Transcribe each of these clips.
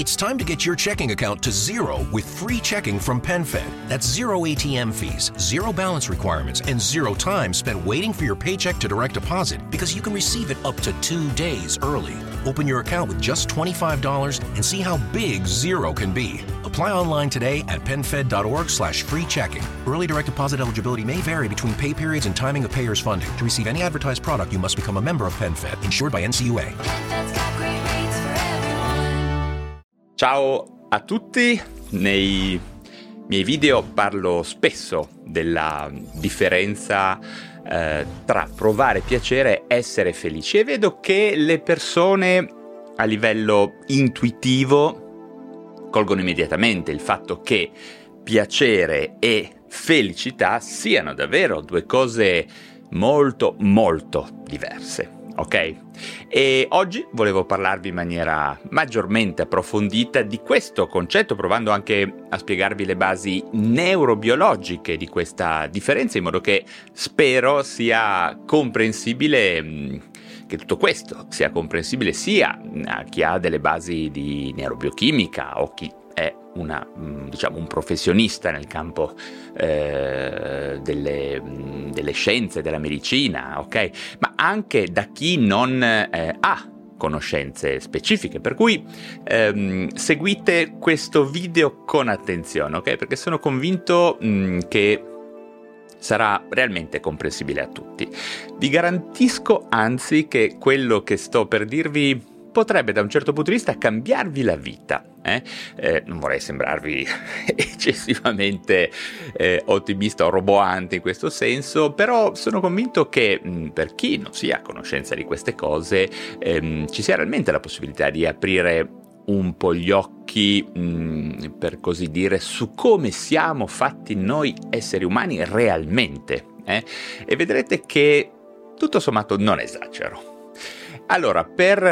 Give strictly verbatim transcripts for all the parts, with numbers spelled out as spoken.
It's time to get your checking account to zero with free checking from PenFed. That's zero A T M fees, zero balance requirements, and zero time spent waiting for your paycheck to direct deposit because you can receive it up to two days early. Open your account with just twenty-five dollars and see how big zero can be. Apply online today at PenFed.org slash free checking. Early direct deposit eligibility may vary between pay periods and timing of payer's funding. To receive any advertised product, you must become a member of PenFed, insured by N C U A. Ciao a tutti, nei miei video parlo spesso della differenza eh, tra provare piacere e essere felici e vedo che le persone a livello intuitivo colgono immediatamente il fatto che piacere e felicità siano davvero due cose molto molto diverse. Ok? E oggi volevo parlarvi in maniera maggiormente approfondita di questo concetto, provando anche a spiegarvi le basi neurobiologiche di questa differenza, in modo che spero sia comprensibile, che tutto questo sia comprensibile sia a chi ha delle basi di neurobiochimica o chi è una, diciamo, un professionista nel campo eh, delle, delle scienze, della medicina, ok? Ma anche da chi non eh, ha conoscenze specifiche, per cui ehm, seguite questo video con attenzione, ok? Perché sono convinto mh, che sarà realmente comprensibile a tutti. Vi garantisco anzi che quello che sto per dirvi potrebbe da un certo punto di vista cambiarvi la vita. Eh? Eh, non vorrei sembrarvi eccessivamente eh, ottimista o roboante in questo senso, però sono convinto che mh, per chi non sia a conoscenza di queste cose ehm, ci sia realmente la possibilità di aprire un po' gli occhi, mh, per così dire, su come siamo fatti noi esseri umani realmente. Eh? E vedrete che tutto sommato non esagero. Allora, per,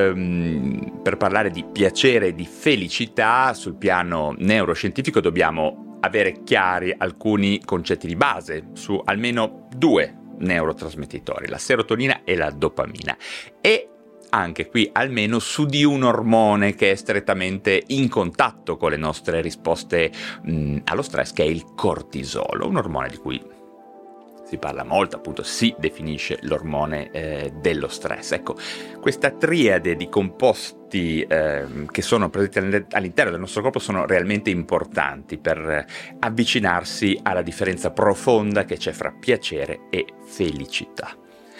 ehm, per parlare di piacere e di felicità sul piano neuroscientifico dobbiamo avere chiari alcuni concetti di base su almeno due neurotrasmettitori, la serotonina e la dopamina, e anche qui almeno su di un ormone che è strettamente in contatto con le nostre risposte mh, allo stress, che è il cortisolo, un ormone di cui si parla molto, appunto si definisce l'ormone eh, dello stress. Ecco, questa triade di composti eh, che sono presenti all'interno del nostro corpo sono realmente importanti per avvicinarsi alla differenza profonda che c'è fra piacere e felicità.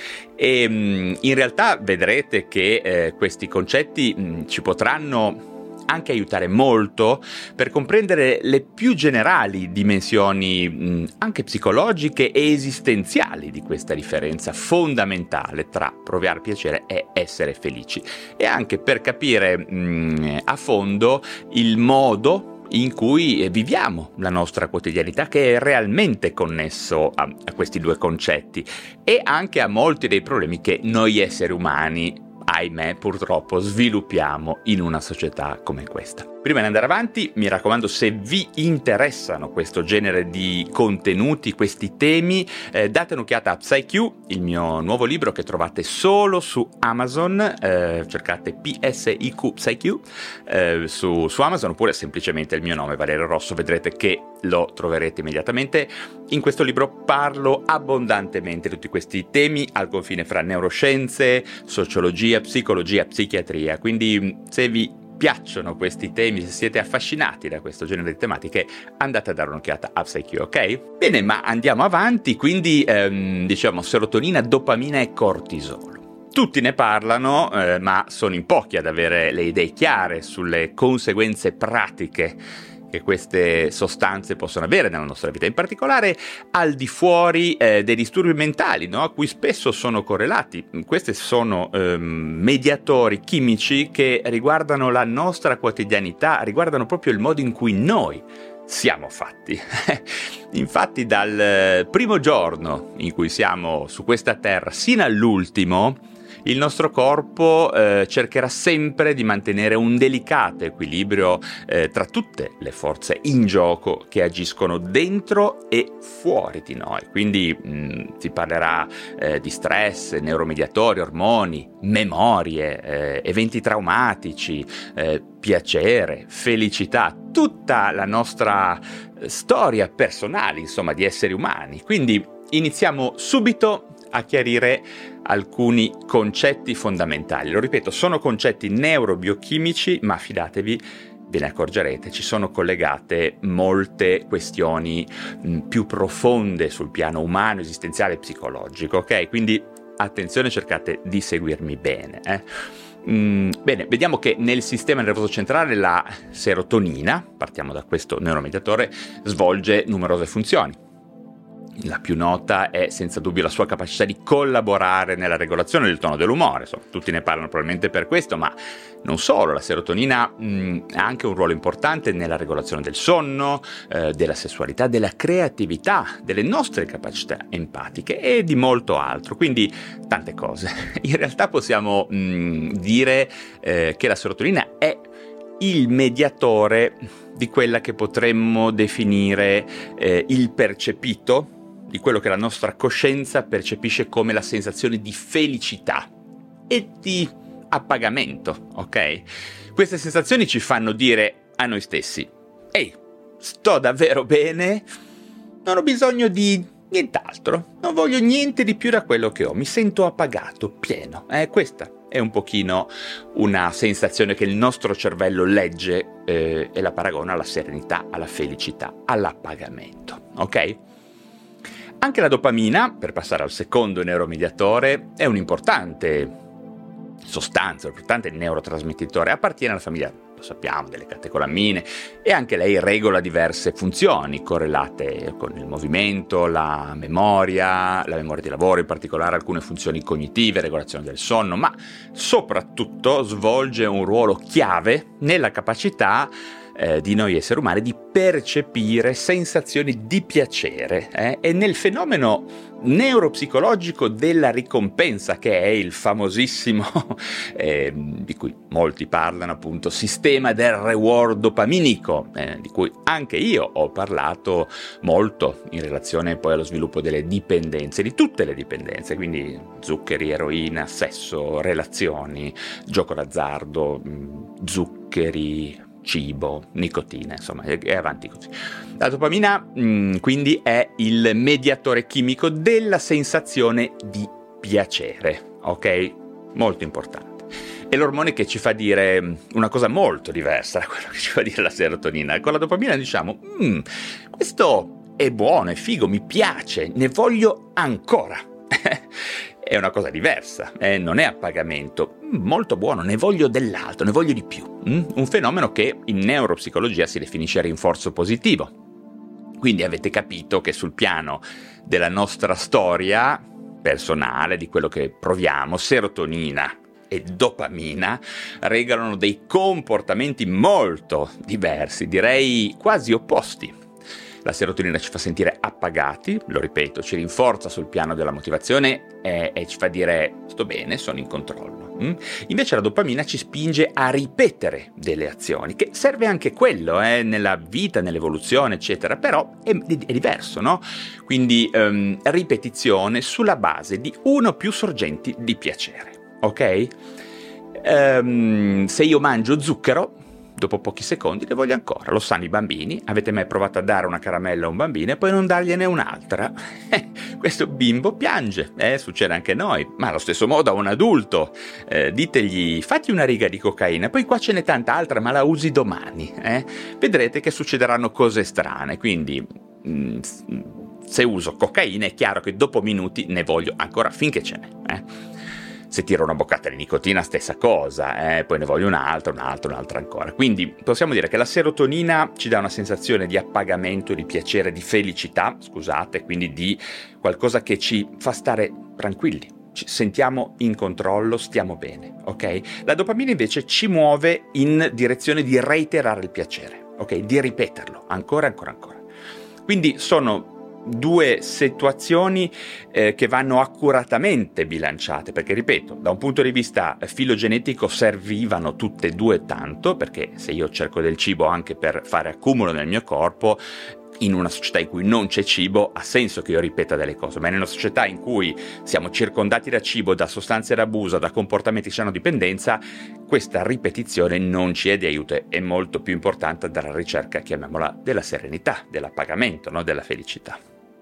E mh, in realtà vedrete che eh, questi concetti mh, ci potranno anche aiutare molto per comprendere le più generali dimensioni mh, anche psicologiche e esistenziali di questa differenza fondamentale tra provare piacere e essere felici, e anche per capire mh, a fondo il modo in cui viviamo la nostra quotidianità, che è realmente connesso a, a questi due concetti e anche a molti dei problemi che noi esseri umani, ahimè, purtroppo sviluppiamo in una società come questa. Prima di andare avanti, mi raccomando, se vi interessano questo genere di contenuti, questi temi, eh, date un'occhiata a PsyQ, il mio nuovo libro che trovate solo su Amazon, eh, cercate P S I Q PsyQ eh, su, su Amazon, oppure semplicemente il mio nome, Valerio Rosso, vedrete che lo troverete immediatamente. In questo libro parlo abbondantemente di tutti questi temi al confine fra neuroscienze, sociologia, psicologia, psichiatria, quindi se vi piacciono questi temi, se siete affascinati da questo genere di tematiche, andate a dare un'occhiata a PsyQ, ok? Bene, ma andiamo avanti, quindi ehm, diciamo serotonina, dopamina e cortisolo. Tutti ne parlano, eh, ma sono in pochi ad avere le idee chiare sulle conseguenze pratiche che queste sostanze possono avere nella nostra vita, in particolare al di fuori eh, dei disturbi mentali, no? A cui spesso sono correlati. Questi sono ehm, mediatori chimici che riguardano la nostra quotidianità, riguardano proprio il modo in cui noi siamo fatti. Infatti dal primo giorno in cui siamo su questa terra sino all'ultimo, il nostro corpo eh, cercherà sempre di mantenere un delicato equilibrio eh, tra tutte le forze in gioco che agiscono dentro e fuori di noi. Quindi mh, si parlerà eh, di stress, neuromediatori, ormoni, memorie, eh, eventi traumatici, eh, piacere, felicità, tutta la nostra storia personale, insomma, di esseri umani. Quindi iniziamo subito a chiarire alcuni concetti fondamentali. Lo ripeto, sono concetti neurobiochimici, ma fidatevi, ve ne accorgerete, ci sono collegate molte questioni mh, più profonde sul piano umano, esistenziale e psicologico, ok? Quindi attenzione, cercate di seguirmi bene, eh? Mm, bene, vediamo che nel sistema nervoso centrale la serotonina, partiamo da questo neuromediatore, svolge numerose funzioni. La più nota è senza dubbio la sua capacità di collaborare nella regolazione del tono dell'umore. Insomma, tutti ne parlano probabilmente per questo, ma non solo. La serotonina mh, ha anche un ruolo importante nella regolazione del sonno, eh, della sessualità, della creatività, delle nostre capacità empatiche e di molto altro. Quindi tante cose. In realtà possiamo mh, dire eh, che la serotonina è il mediatore di quella che potremmo definire eh, il percepito, di quello che la nostra coscienza percepisce come la sensazione di felicità e di appagamento, ok? Queste sensazioni ci fanno dire a noi stessi: ehi, sto davvero bene, non ho bisogno di nient'altro, non voglio niente di più da quello che ho, mi sento appagato, pieno. Eh, questa è un pochino una sensazione che il nostro cervello legge eh, e la paragona alla serenità, alla felicità, all'appagamento, ok? Anche la dopamina, per passare al secondo neuromediatore, è un importante sostanza, un importante neurotrasmettitore, appartiene alla famiglia, lo sappiamo, delle catecolamine, e anche lei regola diverse funzioni correlate con il movimento, la memoria, la memoria di lavoro, in particolare alcune funzioni cognitive, regolazione del sonno, ma soprattutto svolge un ruolo chiave nella capacità Eh, di noi esseri umani di percepire sensazioni di piacere eh, e nel fenomeno neuropsicologico della ricompensa, che è il famosissimo eh, di cui molti parlano, appunto, sistema del reward dopaminico, eh, di cui anche io ho parlato molto in relazione poi allo sviluppo delle dipendenze, di tutte le dipendenze, quindi zuccheri, eroina, sesso, relazioni, gioco d'azzardo, mh, zuccheri, cibo, nicotina, insomma, è avanti così. La dopamina mh, quindi è il mediatore chimico della sensazione di piacere, ok? Molto importante. È l'ormone che ci fa dire una cosa molto diversa da quello che ci fa dire la serotonina. Con la dopamina diciamo, mm, questo è buono, è figo, mi piace, ne voglio ancora. È una cosa diversa, eh? Non è appagamento, molto buono, ne voglio dell'altro, ne voglio di più. Mm? Un fenomeno che in neuropsicologia si definisce rinforzo positivo. Quindi avete capito che sul piano della nostra storia personale, di quello che proviamo, serotonina e dopamina regolano dei comportamenti molto diversi, direi quasi opposti. La serotonina ci fa sentire appagati, lo ripeto, ci rinforza sul piano della motivazione e, e ci fa dire sto bene, sono in controllo. Mm? Invece la dopamina ci spinge a ripetere delle azioni, che serve anche quello eh, nella vita, nell'evoluzione, eccetera, però è, è diverso, no? Quindi um, ripetizione sulla base di uno o più sorgenti di piacere, ok? Um, se io mangio zucchero, dopo pochi secondi ne voglio ancora, lo sanno i bambini. Avete mai provato a dare una caramella a un bambino e poi non dargliene un'altra? Eh, questo bimbo piange, eh, succede anche a noi, ma allo stesso modo a un adulto. Eh, ditegli, fatti una riga di cocaina, poi qua ce n'è tanta altra, ma la usi domani. Eh? Vedrete che succederanno cose strane, quindi mh, se uso cocaina è chiaro che dopo minuti ne voglio ancora finché ce n'è. Eh? Se tiro una boccata di nicotina, stessa cosa, eh? Poi ne voglio un'altra, un'altra, un'altra ancora. Quindi possiamo dire che la serotonina ci dà una sensazione di appagamento, di piacere, di felicità, scusate, quindi di qualcosa che ci fa stare tranquilli. Ci sentiamo in controllo, stiamo bene, ok? La dopamina invece ci muove in direzione di reiterare il piacere, ok? Di ripeterlo ancora, ancora, ancora. Quindi sono due situazioni eh, che vanno accuratamente bilanciate, perché ripeto, da un punto di vista filogenetico servivano tutte e due tanto, perché se io cerco del cibo anche per fare accumulo nel mio corpo, in una società in cui non c'è cibo ha senso che io ripeta delle cose, ma in una società in cui siamo circondati da cibo, da sostanze d'abuso, da comportamenti che hanno dipendenza, questa ripetizione non ci è di aiuto, è molto più importante dalla ricerca, chiamiamola, della serenità, dell'appagamento, no? Della felicità.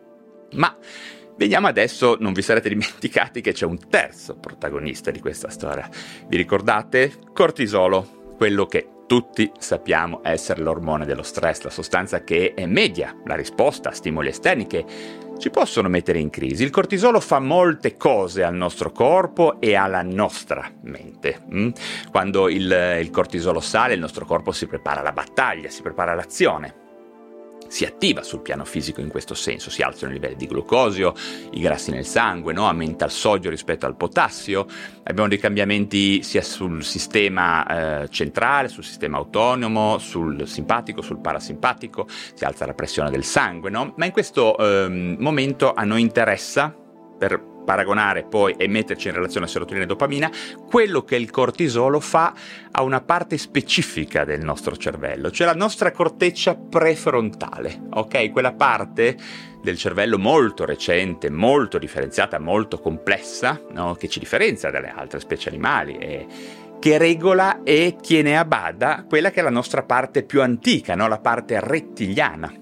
Ma vediamo adesso, non vi sarete dimenticati che c'è un terzo protagonista di questa storia. Vi ricordate? Cortisolo, quello che tutti sappiamo essere l'ormone dello stress, la sostanza che media la risposta a stimoli esterni che ci possono mettere in crisi. Il cortisolo fa molte cose al nostro corpo e alla nostra mente. Quando il, il cortisolo sale, il nostro corpo si prepara alla battaglia, si prepara all'azione. Si attiva sul piano fisico in questo senso, si alzano i livelli di glucosio, i grassi nel sangue, no? Aumenta il sodio rispetto al potassio, abbiamo dei cambiamenti sia sul sistema eh, centrale, sul sistema autonomo, sul simpatico, sul parasimpatico, si alza la pressione del sangue, no? Ma in questo eh, momento a noi interessa, per paragonare poi e metterci in relazione a serotonina e dopamina, quello che il cortisolo fa a una parte specifica del nostro cervello, cioè la nostra corteccia prefrontale, ok? Quella parte del cervello molto recente, molto differenziata, molto complessa, no? Che ci differenzia dalle altre specie animali e che regola e tiene a bada quella che è la nostra parte più antica, no? La parte rettiliana.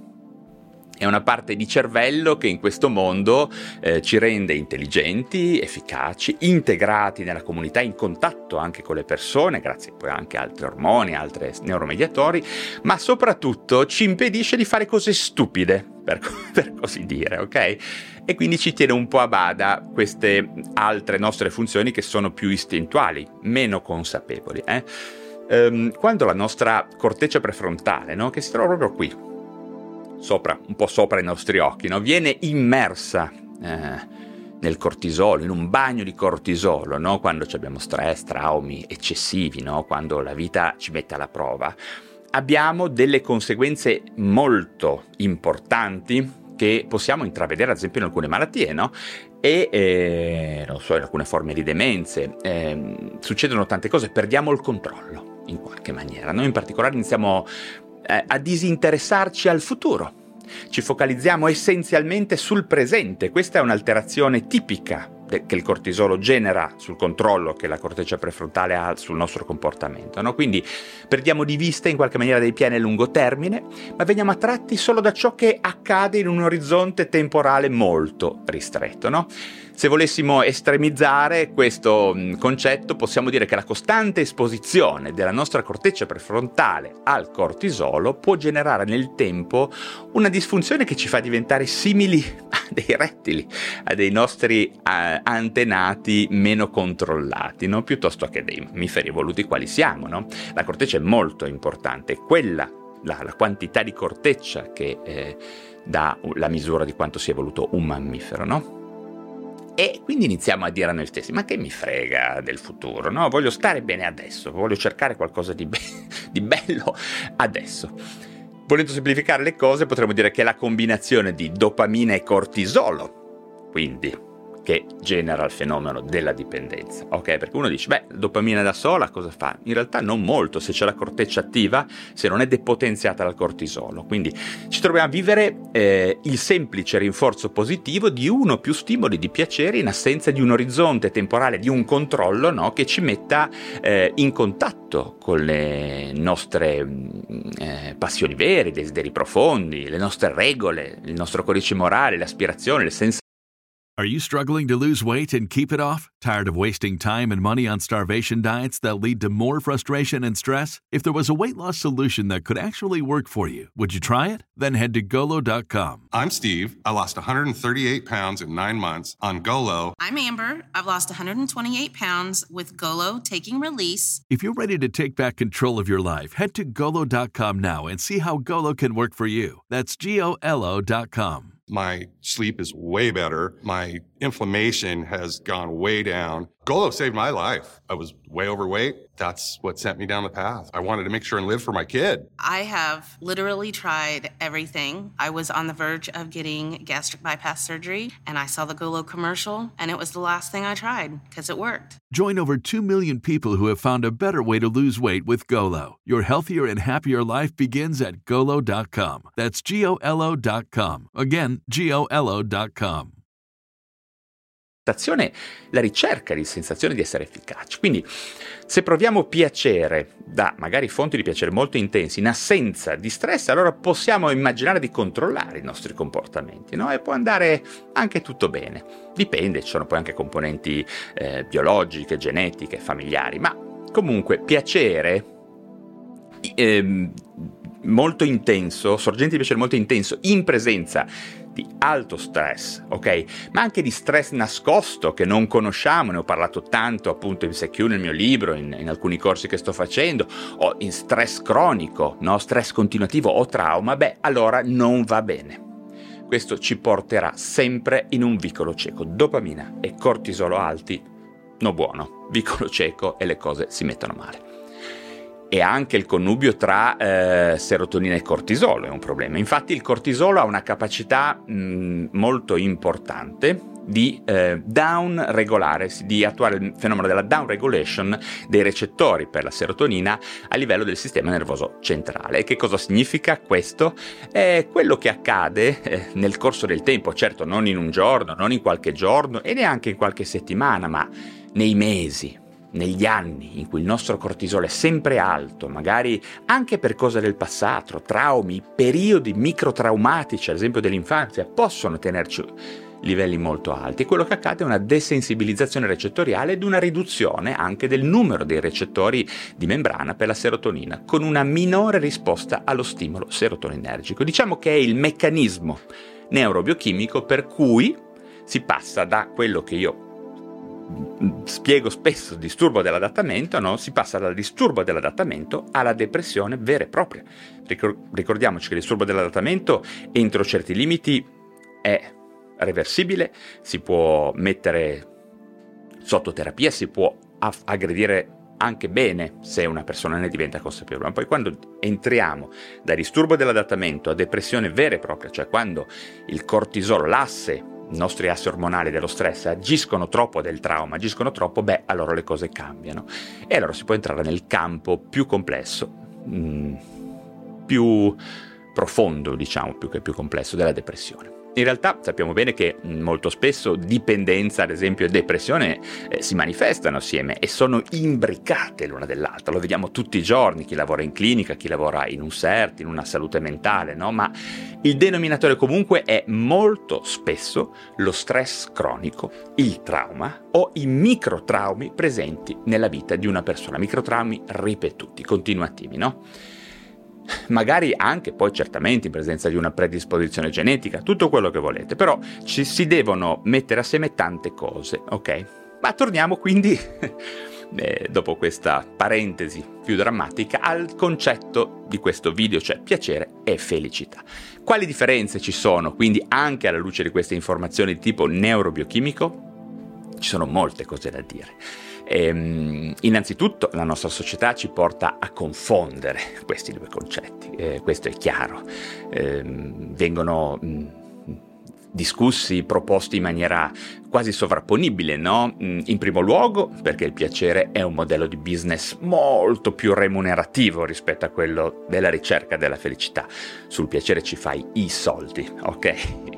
È una parte di cervello che in questo mondo eh, ci rende intelligenti, efficaci, integrati nella comunità, in contatto anche con le persone, grazie poi anche a altri ormoni, altri neuromediatori, ma soprattutto ci impedisce di fare cose stupide, per, per così dire, ok? E quindi ci tiene un po' a bada queste altre nostre funzioni che sono più istintuali, meno consapevoli. Eh? Ehm, quando la nostra corteccia prefrontale, no, che si trova proprio qui, sopra, un po' sopra i nostri occhi, no? Viene immersa eh, nel cortisolo, in un bagno di cortisolo, no? Quando abbiamo stress, traumi eccessivi, no? Quando la vita ci mette alla prova, abbiamo delle conseguenze molto importanti che possiamo intravedere ad esempio in alcune malattie, no? E eh, non so, in alcune forme di demenze eh, succedono tante cose, perdiamo il controllo in qualche maniera. Noi in particolare iniziamo a disinteressarci al futuro. Ci focalizziamo essenzialmente sul presente. Questa è un'alterazione tipica che il cortisolo genera sul controllo che la corteccia prefrontale ha sul nostro comportamento, no? Quindi perdiamo di vista in qualche maniera dei piani a lungo termine, ma veniamo attratti solo da ciò che accade in un orizzonte temporale molto ristretto, no? Se volessimo estremizzare questo concetto, possiamo dire che la costante esposizione della nostra corteccia prefrontale al cortisolo può generare nel tempo una disfunzione che ci fa diventare simili a dei rettili, a dei nostri uh, antenati meno controllati, no? Piuttosto che dei mammiferi evoluti quali siamo, no? La corteccia è molto importante, quella, la, la quantità di corteccia che eh, dà la misura di quanto sia evoluto un mammifero, no? E quindi iniziamo a dire a noi stessi, ma che mi frega del futuro, no? Voglio stare bene adesso, voglio cercare qualcosa di, be- di bello adesso. Volendo semplificare le cose, potremmo dire che la combinazione di dopamina e cortisolo, quindi, che genera il fenomeno della dipendenza, ok? Perché uno dice, beh, dopamina da sola cosa fa? In realtà non molto, se c'è la corteccia attiva, se non è depotenziata dal cortisolo. Quindi ci troviamo a vivere eh, il semplice rinforzo positivo di uno o più stimoli di piacere in assenza di un orizzonte temporale, di un controllo, no? Che ci metta eh, in contatto con le nostre eh, passioni vere, i desideri profondi, le nostre regole, il nostro codice morale, le aspirazioni, le sensazioni. Are you struggling to lose weight and keep it off? Tired of wasting time and money on starvation diets that lead to more frustration and stress? If there was a weight loss solution that could actually work for you, would you try it? Then head to Golo dot com. I'm Steve. I lost one hundred thirty-eight pounds in nine months on Golo. I'm Amber. I've lost one hundred twenty-eight pounds with Golo Taking Release. If you're ready to take back control of your life, head to Golo dot com now and see how Golo can work for you. That's G O L O dot com. My sleep is way better. My inflammation has gone way down. Golo saved my life. I was way overweight. That's what sent me down the path. I wanted to make sure and live for my kid. I have literally tried everything. I was on the verge of getting gastric bypass surgery, and I saw the Golo commercial, and it was the last thing I tried because it worked. Join over two million people who have found a better way to lose weight with Golo. Your healthier and happier life begins at golo dot com. That's G O L O dot com. Again, G O L O dot com. La ricerca di sensazione di essere efficaci. Quindi se proviamo piacere da magari fonti di piacere molto intensi in assenza di stress, allora possiamo immaginare di controllare i nostri comportamenti, no? E può andare anche tutto bene. Dipende, ci sono poi anche componenti eh, biologiche, genetiche, familiari, ma comunque piacere eh, molto intenso, sorgente di piacere molto intenso in presenza di alto stress, ok? Ma anche di stress nascosto che non conosciamo, ne ho parlato tanto appunto in S Q nel mio libro, in, in alcuni corsi che sto facendo, o in stress cronico, no? Stress continuativo o trauma, beh, allora non va bene. Questo ci porterà sempre in un vicolo cieco. Dopamina e cortisolo alti, no buono, vicolo cieco e le cose si mettono male. E anche il connubio tra eh, serotonina e cortisolo è un problema. Infatti il cortisolo ha una capacità mh, molto importante di eh, down regolare, di attuare il fenomeno della down regulation dei recettori per la serotonina a livello del sistema nervoso centrale. E che cosa significa questo? È quello che accade eh, nel corso del tempo, certo non in un giorno, non in qualche giorno e neanche in qualche settimana, ma nei mesi, negli anni in cui il nostro cortisolo è sempre alto, magari anche per cose del passato, traumi, periodi microtraumatici, ad esempio dell'infanzia, possono tenerci livelli molto alti. Quello che accade è una desensibilizzazione recettoriale ed una riduzione anche del numero dei recettori di membrana per la serotonina, con una minore risposta allo stimolo serotoninergico. Diciamo che è il meccanismo neurobiochimico per cui si passa da quello che io spiego spesso, disturbo dell'adattamento, no? Si passa dal disturbo dell'adattamento alla depressione vera e propria. Ricordiamoci che il disturbo dell'adattamento entro certi limiti è reversibile, si può mettere sotto terapia, si può aff- aggredire anche bene se una persona ne diventa consapevole, ma poi quando entriamo da disturbo dell'adattamento a depressione vera e propria, cioè quando il cortisolo, l'asse, i nostri assi ormonali dello stress agiscono troppo del trauma, agiscono troppo, beh, allora le cose cambiano. E allora si può entrare nel campo più complesso, mh, più profondo, diciamo, più che più complesso, della depressione. In realtà sappiamo bene che molto spesso dipendenza, ad esempio, e depressione eh, si manifestano assieme e sono imbricate l'una dell'altra. Lo vediamo tutti i giorni, chi lavora in clinica, chi lavora in un C E R T, in una salute mentale, no? Ma il denominatore comunque è molto spesso lo stress cronico, il trauma o i microtraumi presenti nella vita di una persona, microtraumi ripetuti, continuativi, no? Magari anche poi certamente in presenza di una predisposizione genetica, tutto quello che volete, però ci si devono mettere assieme tante cose, ok? Ma torniamo quindi, eh, dopo questa parentesi più drammatica, al concetto di questo video, cioè piacere e felicità. Quali differenze ci sono, quindi, anche alla luce di queste informazioni di tipo neurobiochimico? Ci sono molte cose da dire. Ehm, innanzitutto la nostra società ci porta a confondere questi due concetti, eh, questo è chiaro, ehm, vengono mh, discussi, proposti in maniera quasi sovrapponibile, no? In primo luogo perché il piacere è un modello di business molto più remunerativo rispetto a quello della ricerca della felicità. Sul piacere ci fai i soldi, ok?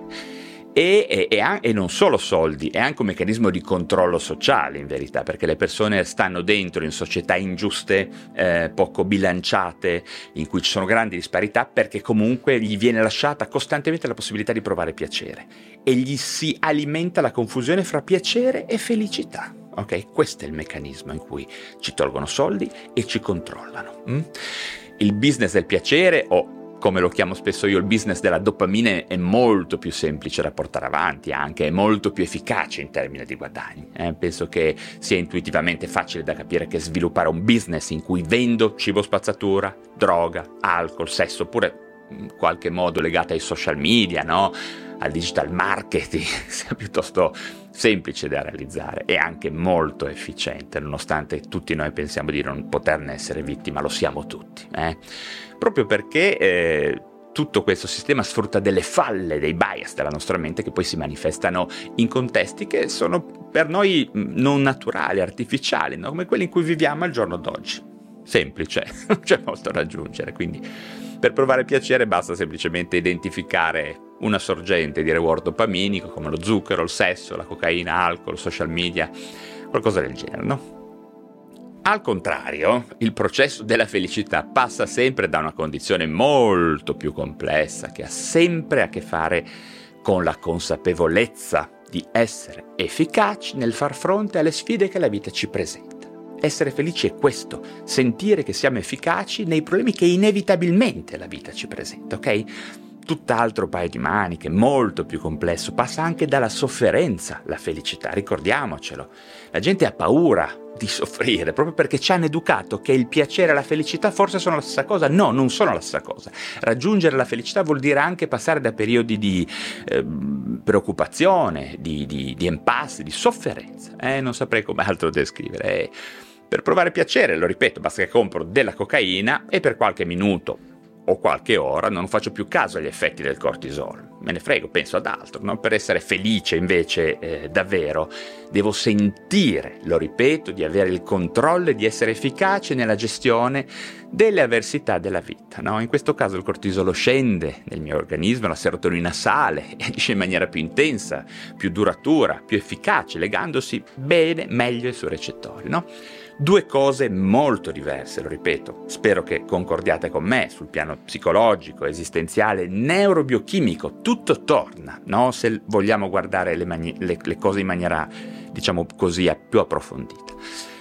E, e, e, e non solo soldi, è anche un meccanismo di controllo sociale in verità, perché le persone stanno dentro in società ingiuste, eh, poco bilanciate, in cui ci sono grandi disparità, perché comunque gli viene lasciata costantemente la possibilità di provare piacere e gli si alimenta la confusione fra piacere e felicità. Ok, questo è il meccanismo in cui ci tolgono soldi e ci controllano. Mm? Il business del piacere, o come lo chiamo spesso io, il business della dopamina, è molto più semplice da portare avanti, anche è molto più efficace in termini di guadagni. Eh, penso che sia intuitivamente facile da capire che sviluppare un business in cui vendo cibo spazzatura, droga, alcol, sesso, oppure in qualche modo legata ai social media, no? Al digital marketing, sia piuttosto semplice da realizzare e anche molto efficiente, nonostante tutti noi pensiamo di non poterne essere vittima, lo siamo tutti, eh? Proprio perché eh, tutto questo sistema sfrutta delle falle, dei bias della nostra mente che poi si manifestano in contesti che sono per noi non naturali, artificiali, no? Come quelli in cui viviamo al giorno d'oggi. Semplice, non c'è molto da aggiungere, quindi per provare piacere basta semplicemente identificare una sorgente di reward dopaminico come lo zucchero, il sesso, la cocaina, alcol, social media, qualcosa del genere, no? Al contrario, il processo della felicità passa sempre da una condizione molto più complessa che ha sempre a che fare con la consapevolezza di essere efficaci nel far fronte alle sfide che la vita ci presenta. Essere felici è questo, sentire che siamo efficaci nei problemi che inevitabilmente la vita ci presenta, ok? Tutt'altro paio di maniche, molto più complesso, passa anche dalla sofferenza la felicità, ricordiamocelo. La gente ha paura di soffrire proprio perché ci hanno educato che il piacere e la felicità forse sono la stessa cosa. No, non sono la stessa cosa. Raggiungere la felicità vuol dire anche passare da periodi di eh, preoccupazione, di, di, di impasse, di sofferenza. Eh, non saprei come altro descrivere. Eh, per provare piacere, lo ripeto, basta che compro della cocaina e per qualche minuto o qualche ora non faccio più caso agli effetti del cortisolo, me ne frego, penso ad altro, no? Per essere felice invece eh, davvero devo sentire, lo ripeto, di avere il controllo e di essere efficace nella gestione delle avversità della vita, no? In questo caso il cortisolo scende nel mio organismo, la serotonina sale e agisce in maniera più intensa, più duratura, più efficace, legandosi bene, meglio ai suoi recettori, no? Due cose molto diverse, lo ripeto, spero che concordiate con me sul piano psicologico, esistenziale, neurobiochimico, tutto torna, no? Se vogliamo guardare le, mani- le, le cose in maniera, diciamo così, più approfondita.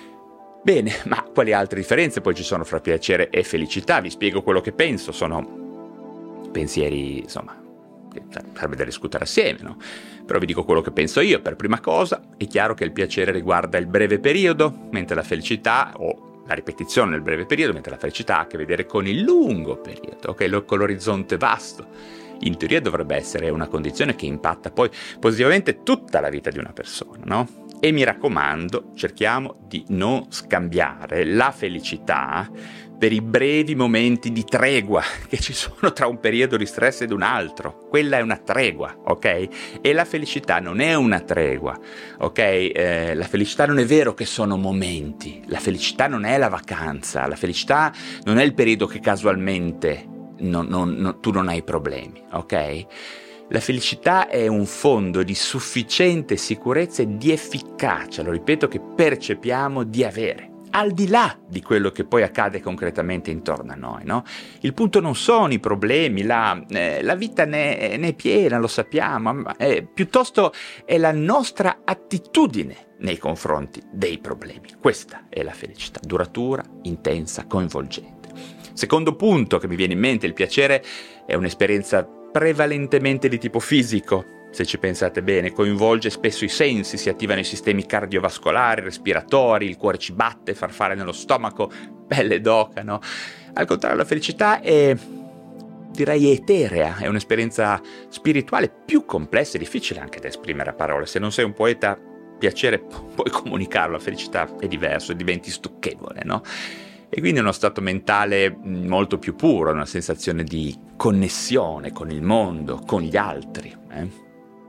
Bene, ma quali altre differenze poi ci sono fra piacere e felicità? Vi spiego quello che penso, sono pensieri, insomma, che sarebbe da discutere assieme, no? Però vi dico quello che penso io. Per prima cosa, è chiaro che il piacere riguarda il breve periodo, mentre la felicità, o la ripetizione del breve periodo, mentre la felicità ha a che vedere con il lungo periodo, ok? Con l'orizzonte vasto. In teoria dovrebbe essere una condizione che impatta poi positivamente tutta la vita di una persona, no? E mi raccomando, cerchiamo di non scambiare la felicità per i brevi momenti di tregua che ci sono tra un periodo di stress ed un altro. Quella è una tregua, ok? E la felicità non è una tregua, ok? Eh, la felicità non è vero che sono momenti, la felicità non è la vacanza, la felicità non è il periodo che casualmente non, non, non, tu non hai problemi, ok? La felicità è un fondo di sufficiente sicurezza e di efficacia, lo ripeto, che percepiamo di avere, al di là di quello che poi accade concretamente intorno a noi, no? Il punto non sono i problemi, la, eh, la vita ne, ne è piena, lo sappiamo, ma eh, piuttosto è la nostra attitudine nei confronti dei problemi. Questa è la felicità, duratura, intensa, coinvolgente. Secondo punto che mi viene in mente, il piacere è un'esperienza prevalentemente di tipo fisico. Se ci pensate bene, coinvolge spesso i sensi, si attivano i sistemi cardiovascolari, respiratori, il cuore ci batte, farfalle nello stomaco, pelle d'oca, no? Al contrario, la felicità è, direi, eterea, è un'esperienza spirituale più complessa e difficile anche da esprimere a parole. Se non sei un poeta, piacere puoi comunicarlo, la felicità è diverso e diventi stucchevole, no? E quindi è uno stato mentale molto più puro, una sensazione di connessione con il mondo, con gli altri, eh?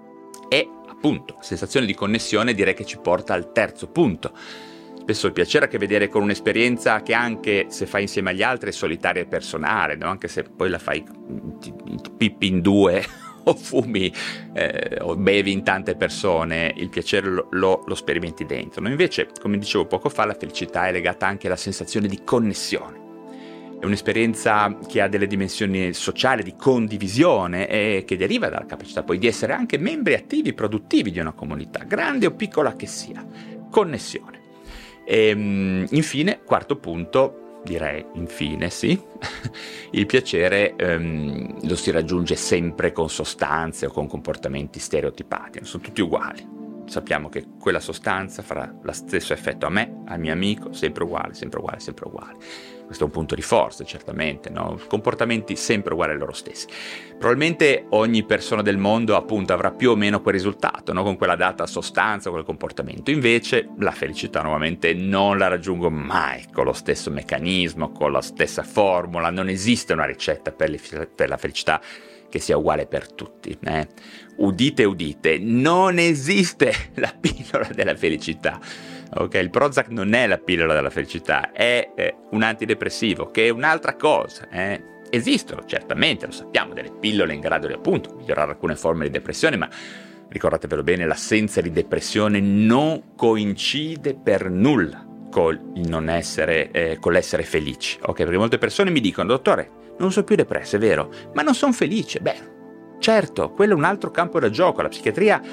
E appunto la sensazione di connessione direi che ci porta al terzo punto. Spesso il piacere ha a che vedere con un'esperienza che anche se fai insieme agli altri è solitaria e personale, no? Anche se poi la fai pippi in due o fumi eh, o bevi in tante persone, il piacere lo, lo, lo sperimenti dentro, no? Invece, come dicevo poco fa, la felicità è legata anche alla sensazione di connessione. È un'esperienza che ha delle dimensioni sociali, di condivisione e che deriva dalla capacità poi di essere anche membri attivi, produttivi di una comunità, grande o piccola che sia. Connessione. E infine, quarto punto, direi infine sì, il piacere ehm, lo si raggiunge sempre con sostanze o con comportamenti stereotipati, non sono tutti uguali. Sappiamo che quella sostanza farà lo stesso effetto a me, al mio amico, sempre uguale, sempre uguale, sempre uguale. Questo è un punto di forza, certamente, no? Comportamenti sempre uguali a loro stessi. Probabilmente ogni persona del mondo, appunto, avrà più o meno quel risultato, no? Con quella data sostanza, quel comportamento. Invece la felicità nuovamente non la raggiungo mai con lo stesso meccanismo, con la stessa formula. Non esiste una ricetta per, le, per la felicità che sia uguale per tutti. Eh? Udite, udite, non esiste la pillola della felicità. Ok, il Prozac non è la pillola della felicità, è eh, un antidepressivo, che è un'altra cosa. Eh? Esistono, certamente, lo sappiamo, delle pillole in grado di, appunto, migliorare alcune forme di depressione, ma ricordatevelo bene, l'assenza di depressione non coincide per nulla con il non essere, eh, con l'essere felici. Ok, perché molte persone mi dicono: dottore, non sono più depresso, è vero, ma non sono felice. Beh, certo, quello è un altro campo da gioco. La psichiatria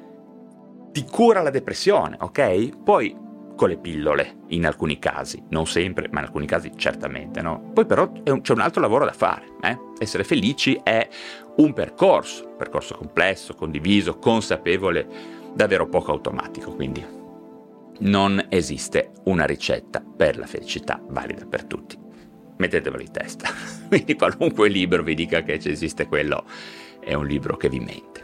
ti cura la depressione, ok? Poi con le pillole, in alcuni casi, non sempre, ma in alcuni casi certamente, no? Poi però è un, c'è un altro lavoro da fare, eh? Essere felici è un percorso, un percorso complesso, condiviso, consapevole, davvero poco automatico, quindi non esiste una ricetta per la felicità valida per tutti. Mettetevelo in testa. Quindi qualunque libro vi dica che esiste quello è un libro che vi mente.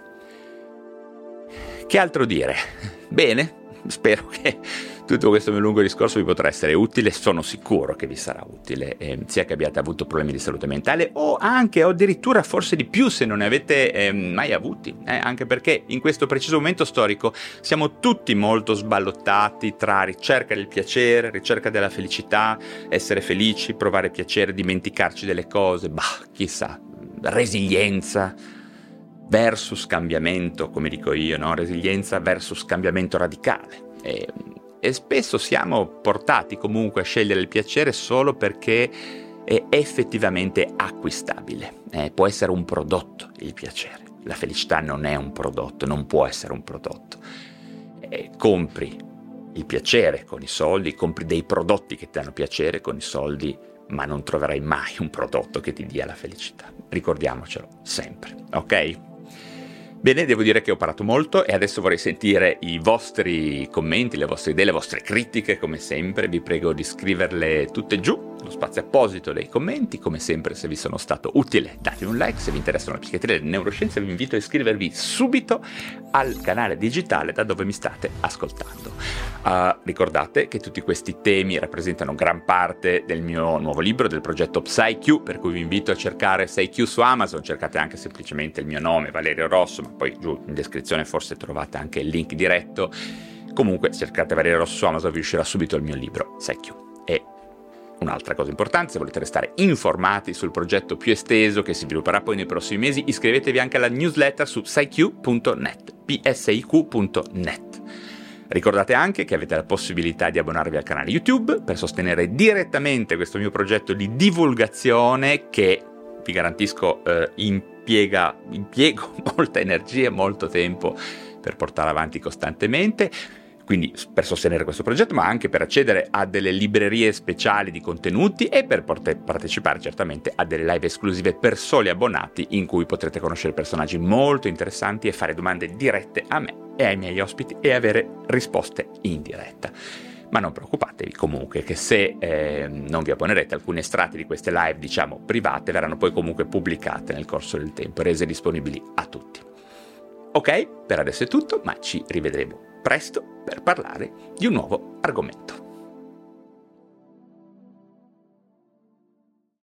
Che altro dire? Bene, spero che tutto questo mio lungo discorso vi potrà essere utile, sono sicuro che vi sarà utile, eh, sia che abbiate avuto problemi di salute mentale o anche, o addirittura forse di più se non ne avete eh, mai avuti, eh, anche perché in questo preciso momento storico siamo tutti molto sballottati tra ricerca del piacere, ricerca della felicità, essere felici, provare piacere, dimenticarci delle cose, bah, chissà, resilienza versus cambiamento, come dico io, no? Resilienza versus cambiamento radicale. E, e spesso siamo portati comunque a scegliere il piacere solo perché è effettivamente acquistabile. Eh, può essere un prodotto il piacere. La felicità non è un prodotto, non può essere un prodotto. Eh, compri il piacere con i soldi, compri dei prodotti che ti danno piacere con i soldi, ma non troverai mai un prodotto che ti dia la felicità. Ricordiamocelo sempre, ok? Bene, devo dire che ho parlato molto e adesso vorrei sentire i vostri commenti, le vostre idee, le vostre critiche, come sempre. Vi prego di scriverle tutte giù, lo spazio apposito dei commenti. Come sempre, se vi sono stato utile, datemi un like. Se vi interessano la psichiatria e le neuroscienze, vi invito a iscrivervi subito al canale digitale da dove mi state ascoltando. Uh, ricordate che tutti questi temi rappresentano gran parte del mio nuovo libro, del progetto PsyQ, per cui vi invito a cercare PsyQ su Amazon. Cercate anche semplicemente il mio nome, Valerio Rosso, ma poi giù in descrizione forse trovate anche il link diretto. Comunque cercate Valerio Rosso su Amazon, vi uscirà subito il mio libro PsyQ. E un'altra cosa importante, se volete restare informati sul progetto più esteso che si svilupperà poi nei prossimi mesi, iscrivetevi anche alla newsletter su psyq punto net, p s i q punto net. Ricordate anche che avete la possibilità di abbonarvi al canale YouTube per sostenere direttamente questo mio progetto di divulgazione che, vi garantisco, eh, impiega, impiego molta energia e molto tempo per portare avanti costantemente. Quindi per sostenere questo progetto, ma anche per accedere a delle librerie speciali di contenuti e per poter partecipare certamente a delle live esclusive per soli abbonati, in cui potrete conoscere personaggi molto interessanti e fare domande dirette a me e ai miei ospiti e avere risposte in diretta. Ma non preoccupatevi comunque che se eh, non vi abbonerete, alcuni estratti di queste live, diciamo private, verranno poi comunque pubblicate nel corso del tempo, rese disponibili a tutti. Ok, per adesso è tutto, ma ci rivedremo presto per parlare di un nuovo argomento.